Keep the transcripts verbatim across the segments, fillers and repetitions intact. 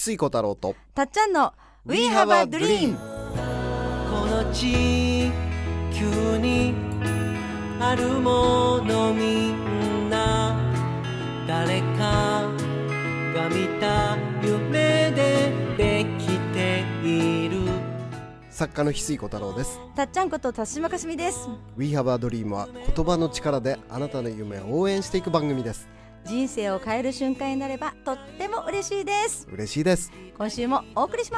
翡翠小太郎とたっちゃんの We have a dream。 この地球にあるものみんな誰かが見た夢でできている。 作家の翡翠小太郎です。 たっちゃんこと田島かすみです。 We have a dream は言葉の力であなたの夢を応援していく番組です。 人生を変える瞬間になればとっても嬉しいです。 嬉しいです。 今週もお送りします。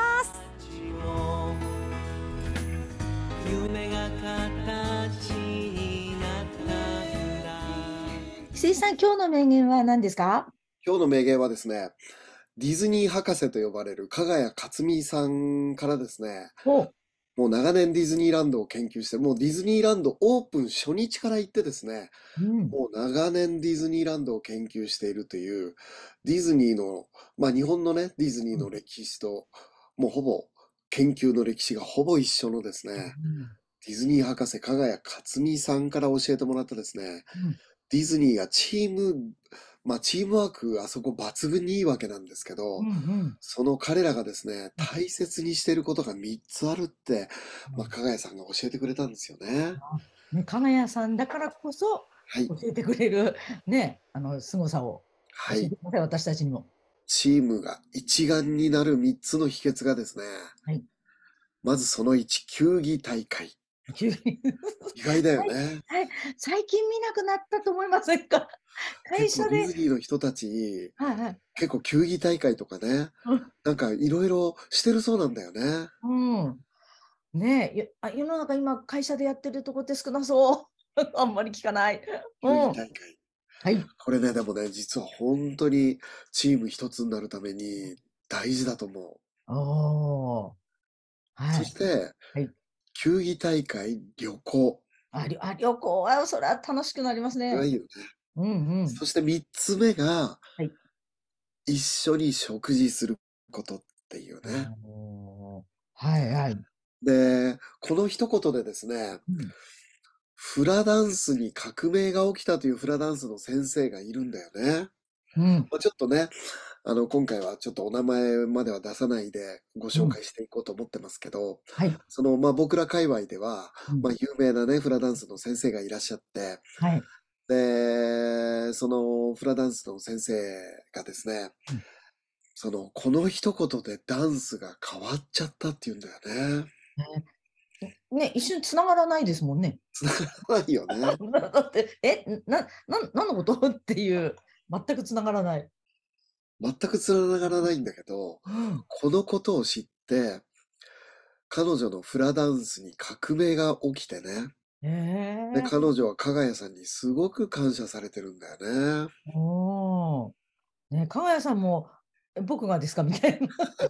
夢が形になったんだ。 翡翠さん、今日の名言は何ですか？ 今日の名言はですね、ディズニー博士と呼ばれる加賀谷克美さんからですね、 おもう長年ディズニーランドを研究して、もうディズニーランドオープン初日から行ってですね、 うんもう長年ディズニーランドを研究しているという、ディズニーの、まあ日本のね、ディズニーの歴史と、もうほぼ研究の歴史がほぼ一緒のですね、ディズニー博士加賀谷克美さんから教えてもらったですね、 うんディズニーがチーム、まあチームワークあそこ抜群にいいわけなんですけど、 うんうんその彼らがですね、大切にしていることがみっつあるって、まあ、 うん加賀谷さんが教えてくれたんですよね。 ね、加賀谷さんだからこそはい。 教えてくれるね、あの凄さをはい教えて。ください、私たちにも。 チームが一丸になるみっつの秘訣がですね、 はい。 まずそのいち、球技大会。 急に意外だよね。 はい、最近見なくなったと思いませんか？会結構ディ社で。 ズニーの人たち、 はいはい。 結構球技大会とかね、なんかいろいろしてるそうなんだよね。 うんうんねえ、よあ世の中今会社でやってるとこって少なそう。あんまり聞かない。 球うん。 技大会。 はい。 これね、でもね、実は本当にチーム一つになるために大事だと思う。 おー。はい。 そして、 はい。 球技大会、旅行。 あ、りあ旅行はそれは楽しくなりますね。 これはいいよね。 うんうん。 そして三つ目が、 はい。 一緒に食事することっていうね。 おーはいはい。 で、この一言でですね、 うんフラダンスに革命が起きたというフラダンスの先生がいるんだよね。 うんまあ、ちょっとね、あの、今回はちょっとお名前までは出さないでご紹介していこうと思ってますけど、 はい。 その、まあ、僕ら界隈では、 うんまあ、有名なね、フラダンスの先生がいらっしゃって、 はい。 で、そのフラダンスの先生がですね、 うんその、この一言でダンスが変わっちゃったっていうんだよね。 ね、一瞬つながらないですもんね。 つながらないよね。 だって、え、な、な、何のことっていう、全くつながらない。 全くつながらないんだけど、 うん。 このことを知って、彼女のフラダンスに革命が起きてね。で、 へえ。 彼女は加賀谷さんにすごく感謝されてるんだよね。 おー。ね、加賀谷さんも、え僕がですかみたいな。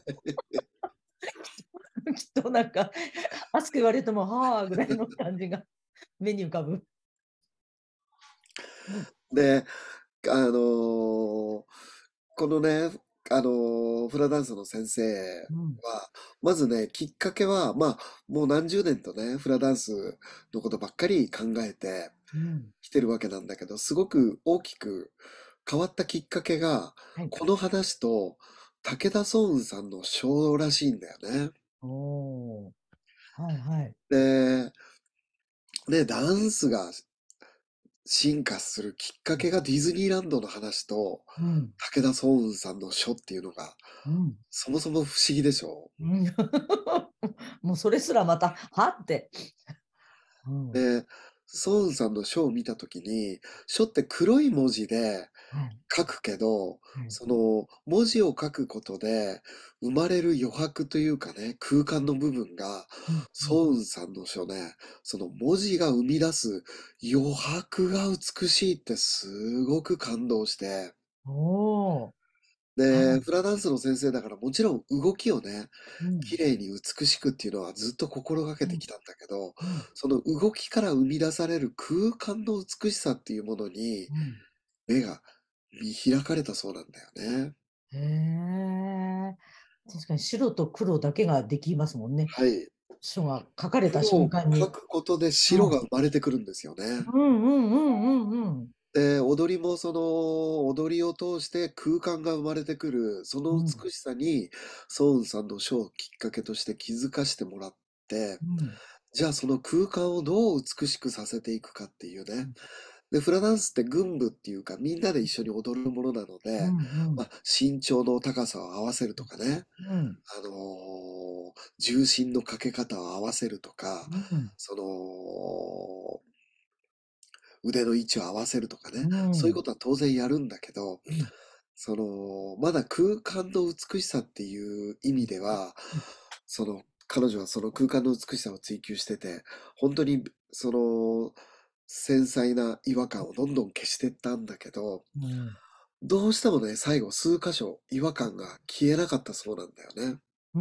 きっとなんか、熱く言われても、はあぐらいの感じが目に浮かぶ。 で、あのーこのね、あのーフラダンスの先生うん。 は、まずね、きっかけは、まあ、もう何十年とね、フラダンスのことばっかり考えてうん。 きてるわけなんだけど、すごく大きく変わったきっかけが、 はい。 この話と武田壮雲さんのショーらしいんだよね。 おー。はいはい。 で、で、ダンスが進化するきっかけがディズニーランドの話とうん。 武田壮雲さんの書っていうのがうん。 そもそも不思議でしょ。 うんもうそれすらまた、はって。うん。 で、壮雲さんの書を見たときに、書って黒い文字ではい。 書くけど、 はい。 その文字を書くことで生まれる余白というかね、空間の部分が、 うん。うん壮雲さんの書ね、その文字が生み出す余白が美しいってすごく感動して、 おー。はで、 い。 フラダンスの先生だからもちろん動きをね、 うん。 綺麗に美しくっていうのはずっと心がけうん。 てきたんだけど、 うん。 その動きから生み出される空間の美しさっていうものにうん目が見開かれたそうなんだよね。 へえ。確かに白と黒だけができますもんね。 はい。 書が書かれた黒を瞬間に。 描くことで白が生まれてくるんですよね。 うんうんうんうんうん。 で、踊りもその、踊りを通して空間が生まれてくる、そのうん。 美しさに、ソウンさんのショーをきっかけとして気づかしてもらって、 うん。 じゃあその空間をどう美しくさせていくかっていうね。 うん。 で、フラダンスって群舞っていうか、みんなで一緒に踊るものなので、 うん。うん。 まあ、身長の高さを合わせるとかね、 うん。 あのー重心のかけ方を合わせるとか、 うん。 その、腕の位置を合わせるとかね、 うん。 そういうことは当然やるんだけど、 うん。 その、まだ空間の美しさっていう意味では、その、彼女はその空間の美しさを追求してて、本当に、その、繊細な違和感をどんどん消していったんだけど、 うん。 どうしてもね、最後数箇所違和感が消えなかったそうなんだよね。 うん。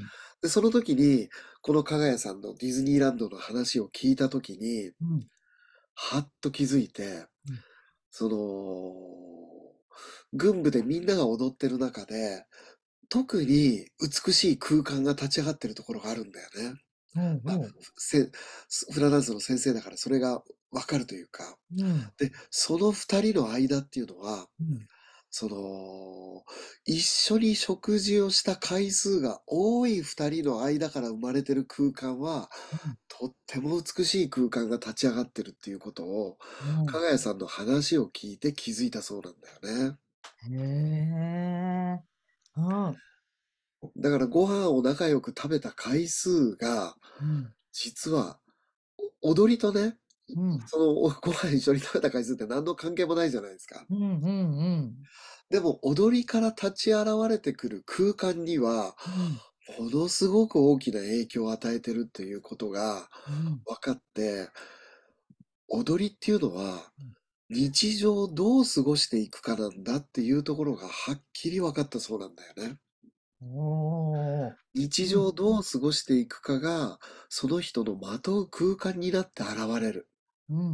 で、その時に、この加賀谷さんのディズニーランドの話を聞いた時に、 うん。 はっと気づいて、 うん。 その、群舞でみんなが踊ってる中で、特に美しい空間が立ち上がってるところがあるんだよね。 うん。 まあ、 うん。 せフラダンスの先生だからそれがわかるというか。 うん。 で、その二人の間っていうのは、 うん。 その、一緒に食事をした回数が多い二人の間から生まれてる空間は、とっても美しい空間が立ち上がってるっていうことを、 うん。 加賀谷さんの話を聞いて気づいたそうなんだよね。 へえ。うん。 だからご飯を仲良く食べた回数が、 うん。 実は、お踊りとね、 うん。 そのおご飯一緒に食べた回数って何の関係もないじゃないですか。 うん。うん。 でも踊りから立ち現れてくる空間には、 うん。 ものすごく大きな影響を与えてるっていうことがうん。 分かって、踊りっていうのは日常をどう過ごしていくかなんだっていうところがはっきり分かったそうなんだよね。 おー。 日うん。 常をどう過ごしていくかが、その人のまとう空間になって現れる。 うん。うん。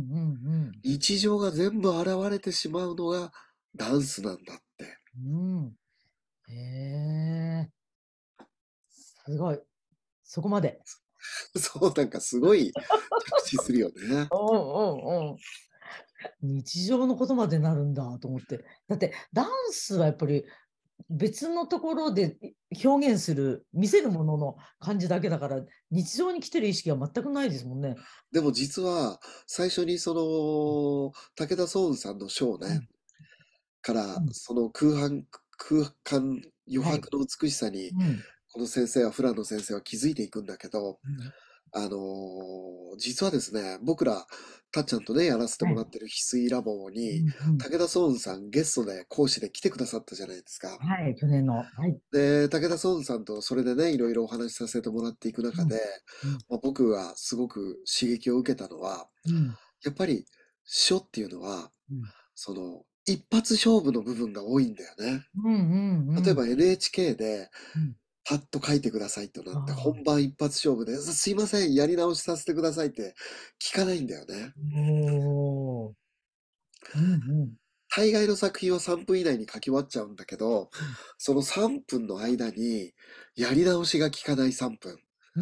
日常が全部現れてしまうのがダンスなんだって。 うん。うん。へえ。すごい。そこまで。 そう、なんかすごい着地するよね。 うんうんうん。日常のことまでなるんだと思って。だってダンスはやっぱり別のところで表現する、見せるものの感じだけだから、日常に来てる意識は全くないですもんね。 でも実は、最初にその、武田壮雲さんのショーね、 うん。 から、 うん。 その空間、空間、余はい。 白の美しさに、 うん。 この先生は、フラの先生は気づいていくんだけど、 うん。 あのー実はですね、僕ら、たっちゃんとね、やらせてはい。 もらってる翡翠ラボに、 うんうん。 武田壮雲さんゲストで講師で来てくださったじゃないですか。 はい、去年の。はい。 で、武田壮雲さんとそれでね、いろいろお話しさせてもらっていくうん。 中で、 うん。 まあ、僕がすごく刺激を受けたのは、 うん。 やっぱり書っていうのは、 うん。 その、一発勝負の部分が多いんだよね。 うんうんうん。 例えば エヌエイチケー で、 うん。 パッと書いてくださいとなって、 あ本番一発勝負で、すすいません、やり直しさせてくださいって聞かないんだよね。 あ。おー。うんうん。 大概の作品はさんぷん以内に書き終わっちゃうんだけど、 うん。 そのさんぷんの間に、やり直しが効かないさんぷん。 うん。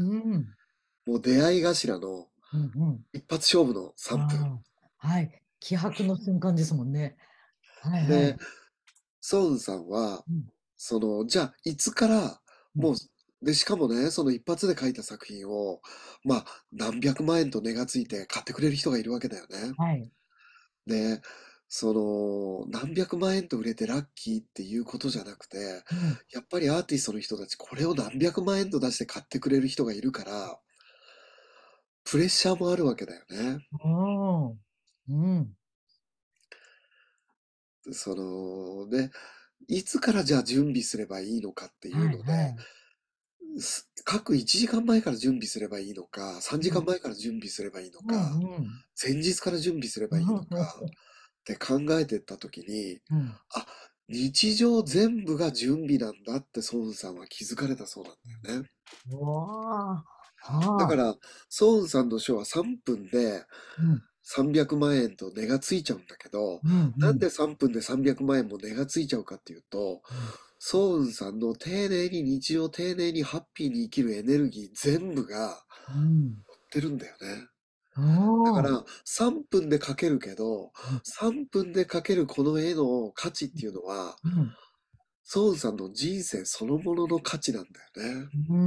もう出会い頭のうんうん。 一発勝負のさんぷん。 ああ。はい。気迫の瞬間ですもんね。はいはで、 い。 ソンさんは、 うん。 その、じゃあ、いつから、 うん。 もう、で、しかもね、その一発で書いた作品を、まあ、何百万円と値がついて買ってくれる人がいるわけだよね。 はい。 で、その、何百万円と売れてラッキーっていうことじゃなくて、 うん。 やっぱりアーティストの人たち、これを何百万円と出して買ってくれる人がいるから、プレッシャーもあるわけだよね。 おー。うん。 その、で、いつからじゃあ準備すればいいのかっていうはいので、 はい。 す各いちじかんまえから準備すればいいのか、3 うん。 時間前から準備すればいいのうんか、 うん。 前日から準備すればいいのかって考えてった時に、 うん。 あ、日常全部が準備なんだってソウンさんは気づかれたそうなんだよね。 うわあ。はあ。 だから、ソウンさんの書はさんぷんでうん。 さんびゃくまん円と値がついちゃうんだけど、 うんうん。 なんでさんぷんでさんびゃくまん円も値がついちゃうかっていうと、 うん。 ソウンさんの丁寧に日常丁寧にハッピーに生きるエネルギー全部がうん。 乗ってるんだよね。 だかおー。 らさんぷんで描けるけど、 うんさんぷんで描けるこの絵の価値っていうのは、 うんソウさんの人生そのものの価値なんだよね。 うん。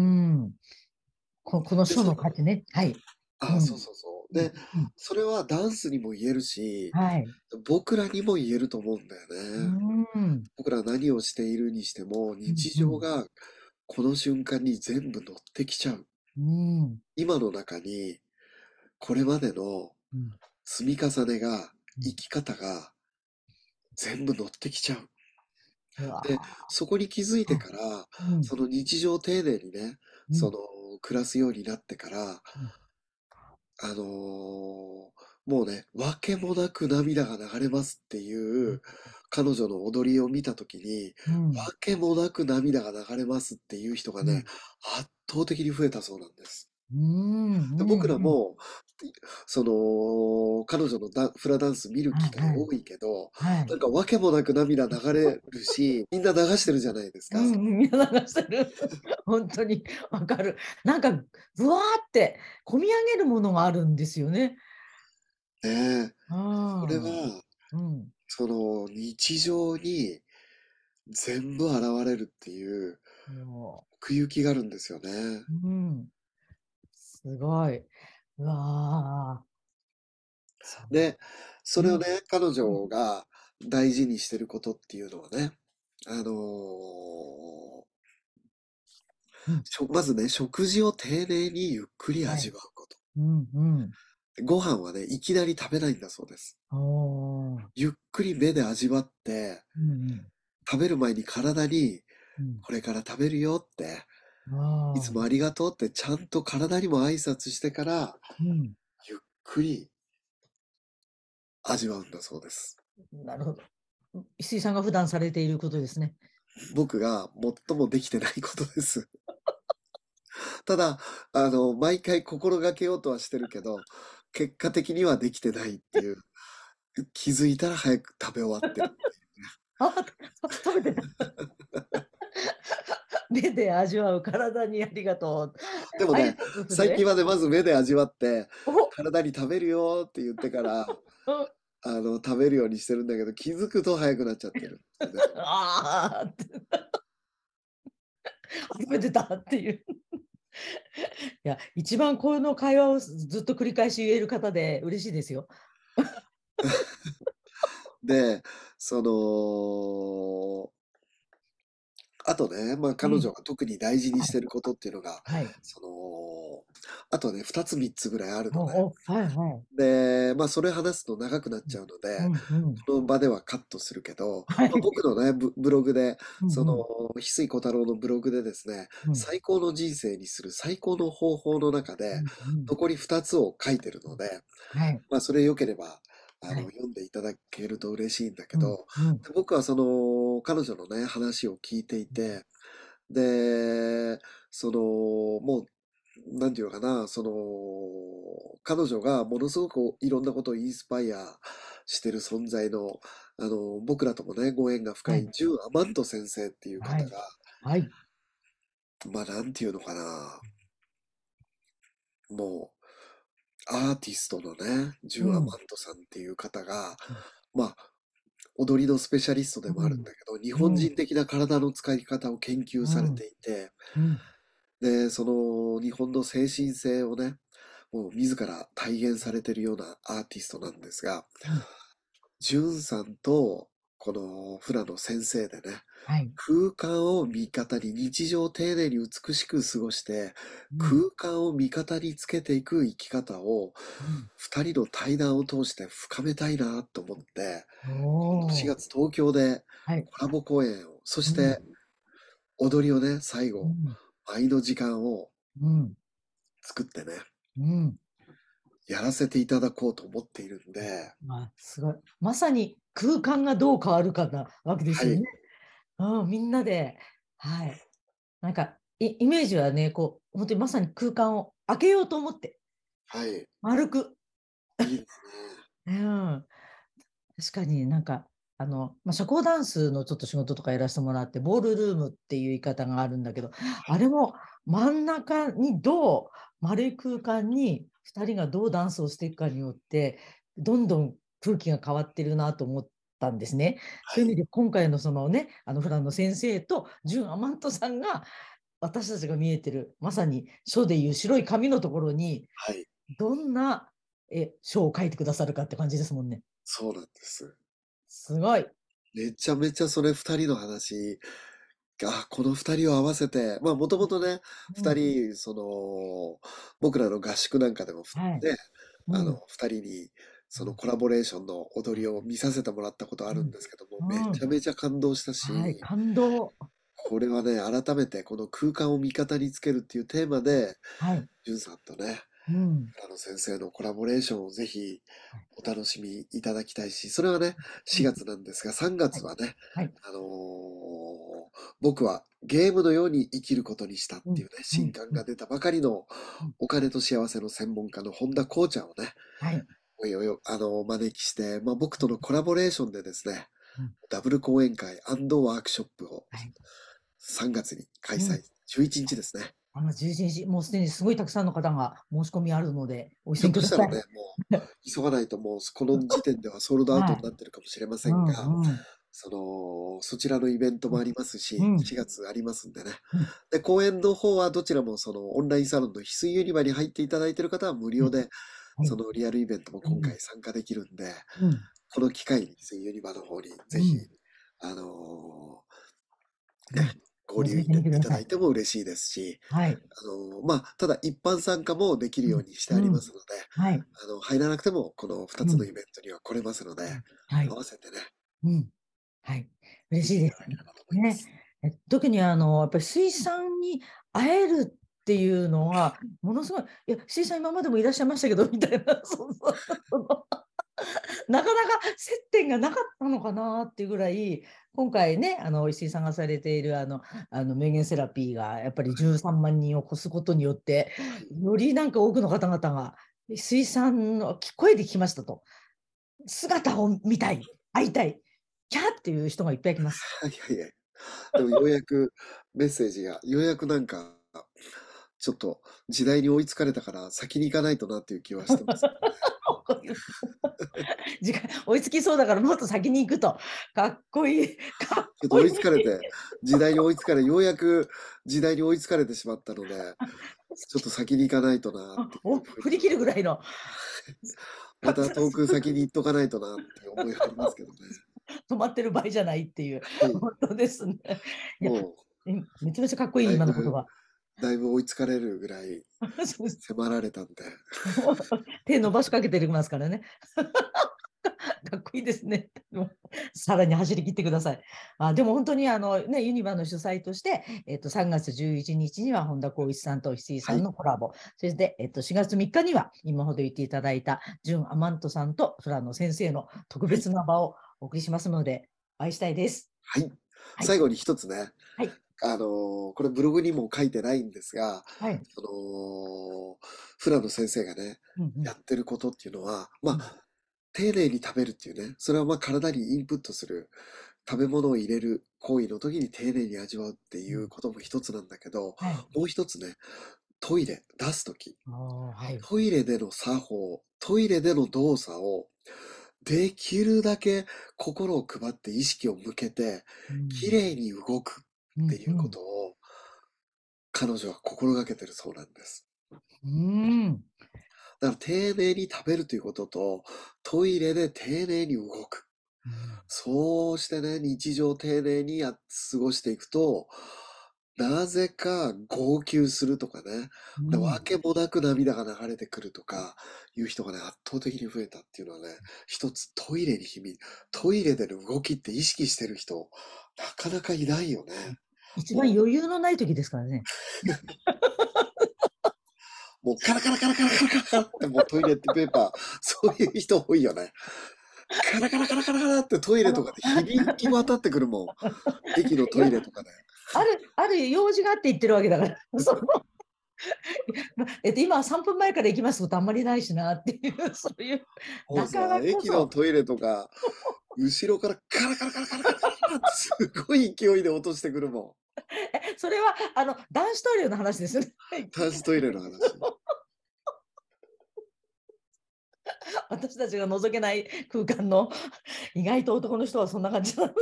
こ、こので、 書そ、 の価値ね。はい。うあ、そうん。 そうそう。 うんで、 うんそれはダンスにも言えるし、 はい。 僕らにも言えると思うんだようね。 ん。 僕ら何をしているにしても、 うん日うん。 常がこの瞬間に全部乗ってきちゃう。 うん今の中に、これまでのうん積み重ねが、 うん生き方が全部乗ってきちゃう。 うわで、そこに気づいてーから、 うんその日常丁寧にね、 うんその、暮らすようになってから、 うんあのーもうね、わけもなく涙が流れますっていう彼女の踊りを見たときに、 うんわけもなく涙が流れますっていう人がね、 うん圧倒的に増えたそうなんです。 うんで、 うんうん僕らも、その、彼女のダフラダンス見る機会はいはい多いけど、 はいなんかわけもなく涙流れるし、みんな流してるじゃないですか。 うんうん流してる本当にわかるなんかぶわーって込み上げるものがあるんですよねねえ。それああは、 うんその、日常に全部現れるっていうも奥行きがあるんですよね。 ううんすごいうわーそうで、それうんをね、彼うん女が大事にしてることっていうのはね、あのーうんしょまずね、食事を丁寧にゆっくりはい味わうこと。 うんうんご飯はね、いきなり食べないんだそうです。 おーゆっくり目で味わって、 うん食べる前に体に、 うんこれから食べるよって、 うんいつああもありがとうってちゃんと体にも挨拶してから、 うんゆっくり味わうんだそうです。 なるほど石井さんが普段されていることですね。 僕が最もできてないことです。ただ、あの、毎回心がけようとはしてるけど、結果的にはできてないっていう。気づいたら早く食べ終わってる。 あ、食べてた。目で味わう体にありがとう。挨でもね、 拶する。え最近はね、まず目で味わって、 お、 体に食べるよって言ってから、 うんあの、食べるようにしてるんだけど、気づくと早くなっちゃってる。 あーって食べてたっていう。いや、一番この会話をずっと繰り返し言える方で嬉しいですよ。 で、その、あとね、まあうん彼女が特に大事にしてることっていうのが、 はい。 その、あとね、二つ三つぐらいあるのね。 お、お、はいはい。 で、まあそれ話すと長くなっちゃうので、 うんうん。 この場ではカットするけど、 はい。 まあ、僕のね、ブ、ブログで、その、 うんうん翡翠小太郎のブログでですね、 うん最高の人生にする最高の方法の中で、 うんうん残りふたつを書いてるので、 はい。 まあそれ良ければ、あの、 はい。 読んでいただけると嬉しいんだけうんど、 うんで僕はその、彼女のね、話を聞いていて、で、その、もう、なんていうのかな、その、彼女がものすごくいろんなことをインスパイアしてる存在の、あの、僕らともね、ご縁が深はいいジュン・アマント先生っていうはい方が、 はいまあなんていうのかな、もう、アーティストのね、ジュン・アマンうんトさんっていう方が、まあ、踊りのスペシャリストでもあるんだけど、日本人的な体の使い方を研究されていて、 うんで、その日本の精神性をね、もう自ら体現されてるようなアーティストなんですが、 うんジュンさんとこのフラの先生でね、 はい空間を味方に、日常を丁寧に美しく過ごして、 うん空間を味方につけていく生き方を、 うん二人の対談を通して深めたいなと思って、今度4 おー月東京ではいコラボ公演を、そしうんて踊りをね、最後、 うん愛の時間をうん作ってね、 うんやらせていただこうと思っているんで、 あすごいまさに空間がどう変わるかなわけですよね。うん、みんなで、はい。なんかイ、イメージはね、こう、本当にまさに空間を開けようと思って、 はい、はい、 丸く。 いいですね。 うん、確かになんか、あの、まあ、社交ダンスのちょっと仕事とかやらせてもらって、ボールルームっていう言い方があるんだけど、あれも真ん中にどう丸い空間にふたりがどうダンスをしていくかによって、どんどん空気が変わってるなと思ったんですね。 はい。 そういう意味で今回のそのね、あのフラの先生とジュン・アマントさんが、私たちが見えてる、まさに書でいう白い紙のところに、 はい。 どんなえ書を書いてくださるかって感じですもんね。 そうなんです。 すごい。 めちゃめちゃそれふたりの話が、このふたりを合わせて、まあもともとね、2 うん。 人、その、僕らの合宿なんかでも、 はい。 ね、あの、 うん。 ふたりに、そのうん。 コラボレーションの踊りを見させてもらったことあるんですけども、めうん。うん。 ちゃめちゃ感動したはい。 し、 感動。 これはね、改めてこの空間を味方につけるっていうテーマで、 はい。 じゅんさんとね、 うん。 あの先生のコラボレーションをぜひはい。 お楽しみいただきたいし、それはね、 うん。 しがつなんですが、3 はい。 月はね、 はい。 あのー僕はゲームのように生きることにしたっうん。 ていうね、 うん。 新刊うん。 が出たばかりのうん。 お金と幸せの専門家の本田こうちゃんをね、 はい。 おいおいあの、お招きして、まあ、僕とのコラボレーションでですね、 うん。 ダブル講演会ワークショップをはい。 さんがつに開催、 うん。 じゅういちにちですね。 あの、じゅういちにち、もうすでにすごいたくさんの方が申し込みあるので、お急ひょっぎください。 としたらね、もう急がないともうこの時点ではソールドアウトはい。 になってるかもしれませうんが、 ん。うん。 その、そちらのイベントもありますし、 うん。 しがつありますんでね。 うん。 で、講演の方はどちらもそのオンラインサロンの翡翠ユニバに入っていただいている方は無うん。 料で、 はい。 そのリアルイベントも今うん。 回参加できるんで、 うん。 この機会に翡翠ユニバの方にぜひ、 うん。 あのーね、 うん。 合流い覗いてみてください。 ただいても嬉しいですし、 はい。 あのーまあ、ただ一般参加もできるうん。 ようにしてありうん。 ますので、 はい。 あの、入らなくてもこの2 うん。 つのイベントには来れますので、 うん。は合い。 わせてね、 うん。はい。嬉見ていしいです。 ただければと思いまね。 す。 え、特にあの、やっぱり水産に会えるっていうのは、ものすごい、いや、水産今までもいらっしゃいましたけど、みたいな、そうそう、そのなかなか接点がなかったのかなっていうぐらい、今回ね、あの石井さんがされているあのあの名言セラピーがやっぱりじゅうさんまん人を超すことによって、 はい。 よりなんか多くの方々が石井さんの声で聞きましたと、姿を見たい、会いたい、キャーっていう人がいっぱい来ます。 はいはいはい。でもようやくメッセージが、ようやくなんか、ちょっと時代に追いつかれたから先に行かないとなっていう気はしてますけどね。 時間追いつきそうだからもっと先に行くと。かっこいい。かっこいい。 ちょっと追いつかれて、時代に追いつかれ、ようやく時代に追いつかれてしまったので、ちょっと先に行かないとなっていうおふうに、 振り切るぐらいの。 また遠く先に行っとかないとなっていう思いはありますけどね。 止まってる場合じゃないっていう。 はい。 本当ですね。いや、 もえめちゃめちゃかっこいいう、だい今の言ぶ、 葉。 だいぶ追いつかれるぐらいそうです。 迫られたんで。 手伸ばしかけてますからね。かっこいいですね。さらに走り切ってください。あでも本当にあの、ね、ユニバの主催として、えっと、さんがつじゅういちにちには本田光一さんと石井さんはい。 のコラボ、そして、えっと、しがつみっかには今ほど言っていただいたジュン・アマントさんとフラの先生の特はい。 別な場をお送りしますので、愛したいです。 はい。 はい。 最後に一つね、 はい。 あのーこれブログにも書いてないんですが、 はい。 その、フラの先生がね、 うんうんやってることっていうのは、まうんあ、丁寧に食べるっていうね、それはまあ体にインプットする、食べ物を入れる行為の時に丁寧に味わうっていうんうことも一つなんだけど、 はい。 もう一つね、トイレ出す時、 あーはい。 トイレでの作法、トイレでの動作をできるだけ心を配って意識を向けて、 うんきれいに動くっていうこうんうんとを彼女は心がけてるそうなんです。 うんだから丁寧に食べるということと、トイレで丁寧に動く。 うんそうしてね、日常丁寧にや過ごしていくと、なぜか号泣するとかね、で、 うんわけもなく涙が流れてくるとかいう人がね、圧倒的に増えたっていうのはね、一つトイレに秘密、トイレでの動きって意識してる人、なかなかいないよね。 一番余裕のない時ですからね。 もうカラカラカラカラカラカラカラってもうトイレットペーパー、そういう人多いよね。カラカラカラカラカラってトイレとかで響き渡ってくるもん。駅のトイレとかで。 ある、ある用事があって言ってるわけだから。そのえっと、今さんぷんまえから行きますことあんまりないしなっていう、そういう、 もうさ、 だからこ駅のそ、 トイレとか、後ろからカラカラカラカラカラカラってすごい勢いで落としてくるもえそれはあの男子トイレの話ですよね。 ん。男子トイレの話。 私たちが覗けない空間の意外と男の人はそんな感じなの。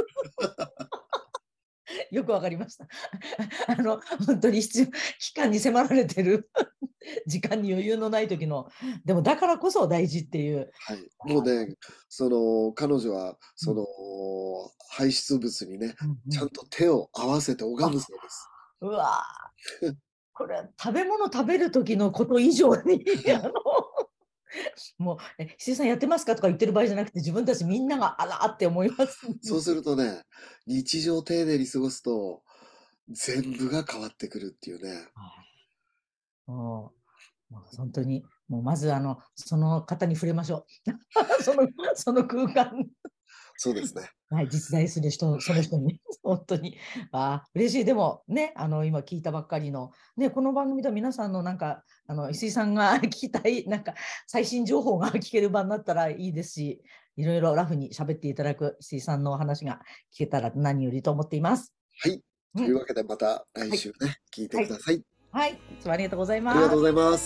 よくわかりました。あの本当に必要期間に迫られてる時間に余裕のない時の、でもだからこそ大事っていう。 はい。もうね、その彼女はその排出物にね、 うんうん、 ちゃんと手を合わせて拝むそうです。 うわこれ食べ物食べる時のこと以上にあのもうえ石井さんやってますかとか言ってる場合じゃなくて、自分たちみんながあらって思います。 そうするとね、日常丁寧に過ごすと全部が変わってくるっていうね。 もうもう本当にもうまずあのその方に触れましょう。そのその空間。 そうですね。 はい、実在する人、その人に、本当に、あ嬉しい。でもね、あの今聞いたばっかりの、ね、この番組では皆さんのなんか、あの石井さんが聞きたい、なんか最新情報が聞ける場になったらいいですし、いろいろラフに喋っていただく石井さんのお話が聞けたら何よりと思っています。 はい。 うん、 というわけでまた来週ね、はい、聞いてください。 はい、はい、いつもありがとうございます。 ありがとうございます。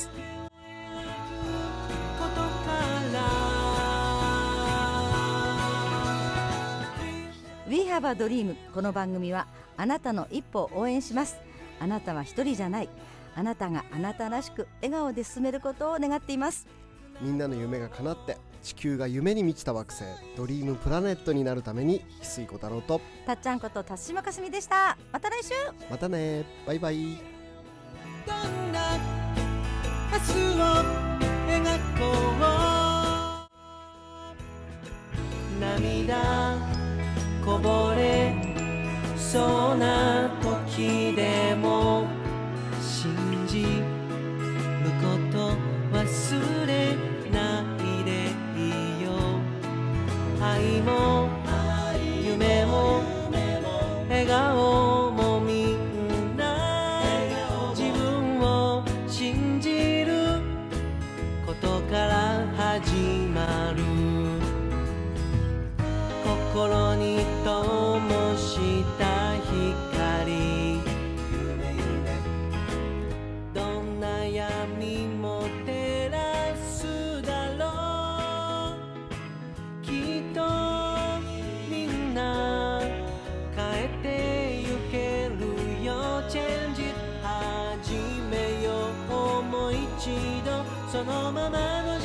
We have a dream。 この番組はあなたの一歩を応援します。あなたは一人じゃない。あなたがあなたらしく笑顔で進めることを願っています。 みんなの夢が叶って地球が夢に満ちた惑星ドリームプラネットになるために、翡翠小太郎とたっちゃんこと辰島かすみでした。また来週。 またね、バイバイ。 どんな明日を描こう。涙こぼれそうな時でも信じること忘れないでいいよ。愛も夢も笑顔もみんな自分を信じることから始まる。心に灯した光、どんな闇も照らすだろう。きっとみんな変えてゆけるよ。チェンジ始めよう。もう一度そのままの